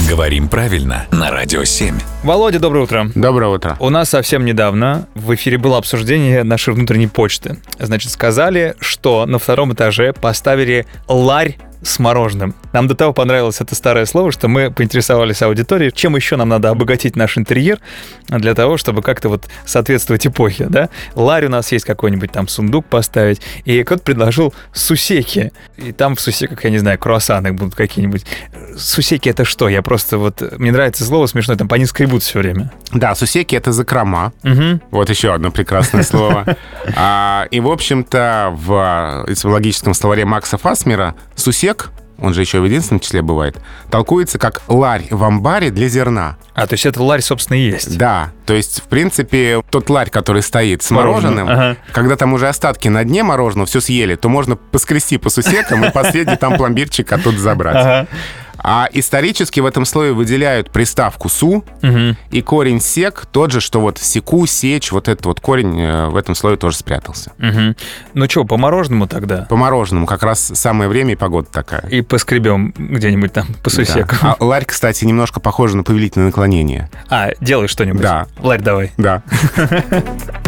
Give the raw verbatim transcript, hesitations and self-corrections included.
Говорим правильно на Радио семь. Володя, доброе утро. Доброе утро. У нас совсем недавно в эфире было обсуждение нашей внутренней почты. Значит, сказали, что на втором этаже поставили ларь с мороженым. Нам до того понравилось это старое слово, что мы поинтересовались аудиторией, чем еще нам надо обогатить наш интерьер для того, чтобы как-то вот соответствовать эпохе, да? Ларь у нас есть какой-нибудь там сундук поставить, и кто-то предложил сусеки. И там в сусеках, я не знаю, круассаны будут какие-нибудь. Сусеки — это что? Я просто вот... Мне нравится слово смешное, там по ним скребут все время. Да, сусеки — это закрома. Угу. Вот еще одно прекрасное слово. А, и, в общем-то, в этимологическом словаре Макса Фасмера сусек, он же еще в единственном числе бывает, толкуется как ларь в амбаре для зерна. А, то есть это ларь, собственно, и есть? Да, то есть, в принципе, тот ларь, который стоит с мороженым, ага. когда там уже остатки на дне мороженого все съели, то можно поскрести по сусекам и последний там пломбирчик оттуда забрать. Ага. А исторически в этом слове выделяют приставку «су», угу. и корень «сек» тот же, что вот «секу», «сечь», вот этот вот корень в этом слове тоже спрятался. Угу. Ну что, по мороженому тогда? По мороженому как раз самое время и погода такая. И поскребем где-нибудь там по сусекам. Да. А ларь, кстати, немножко похож на повелительное наклонение. А, делай что-нибудь. Да. Ларь давай. Да.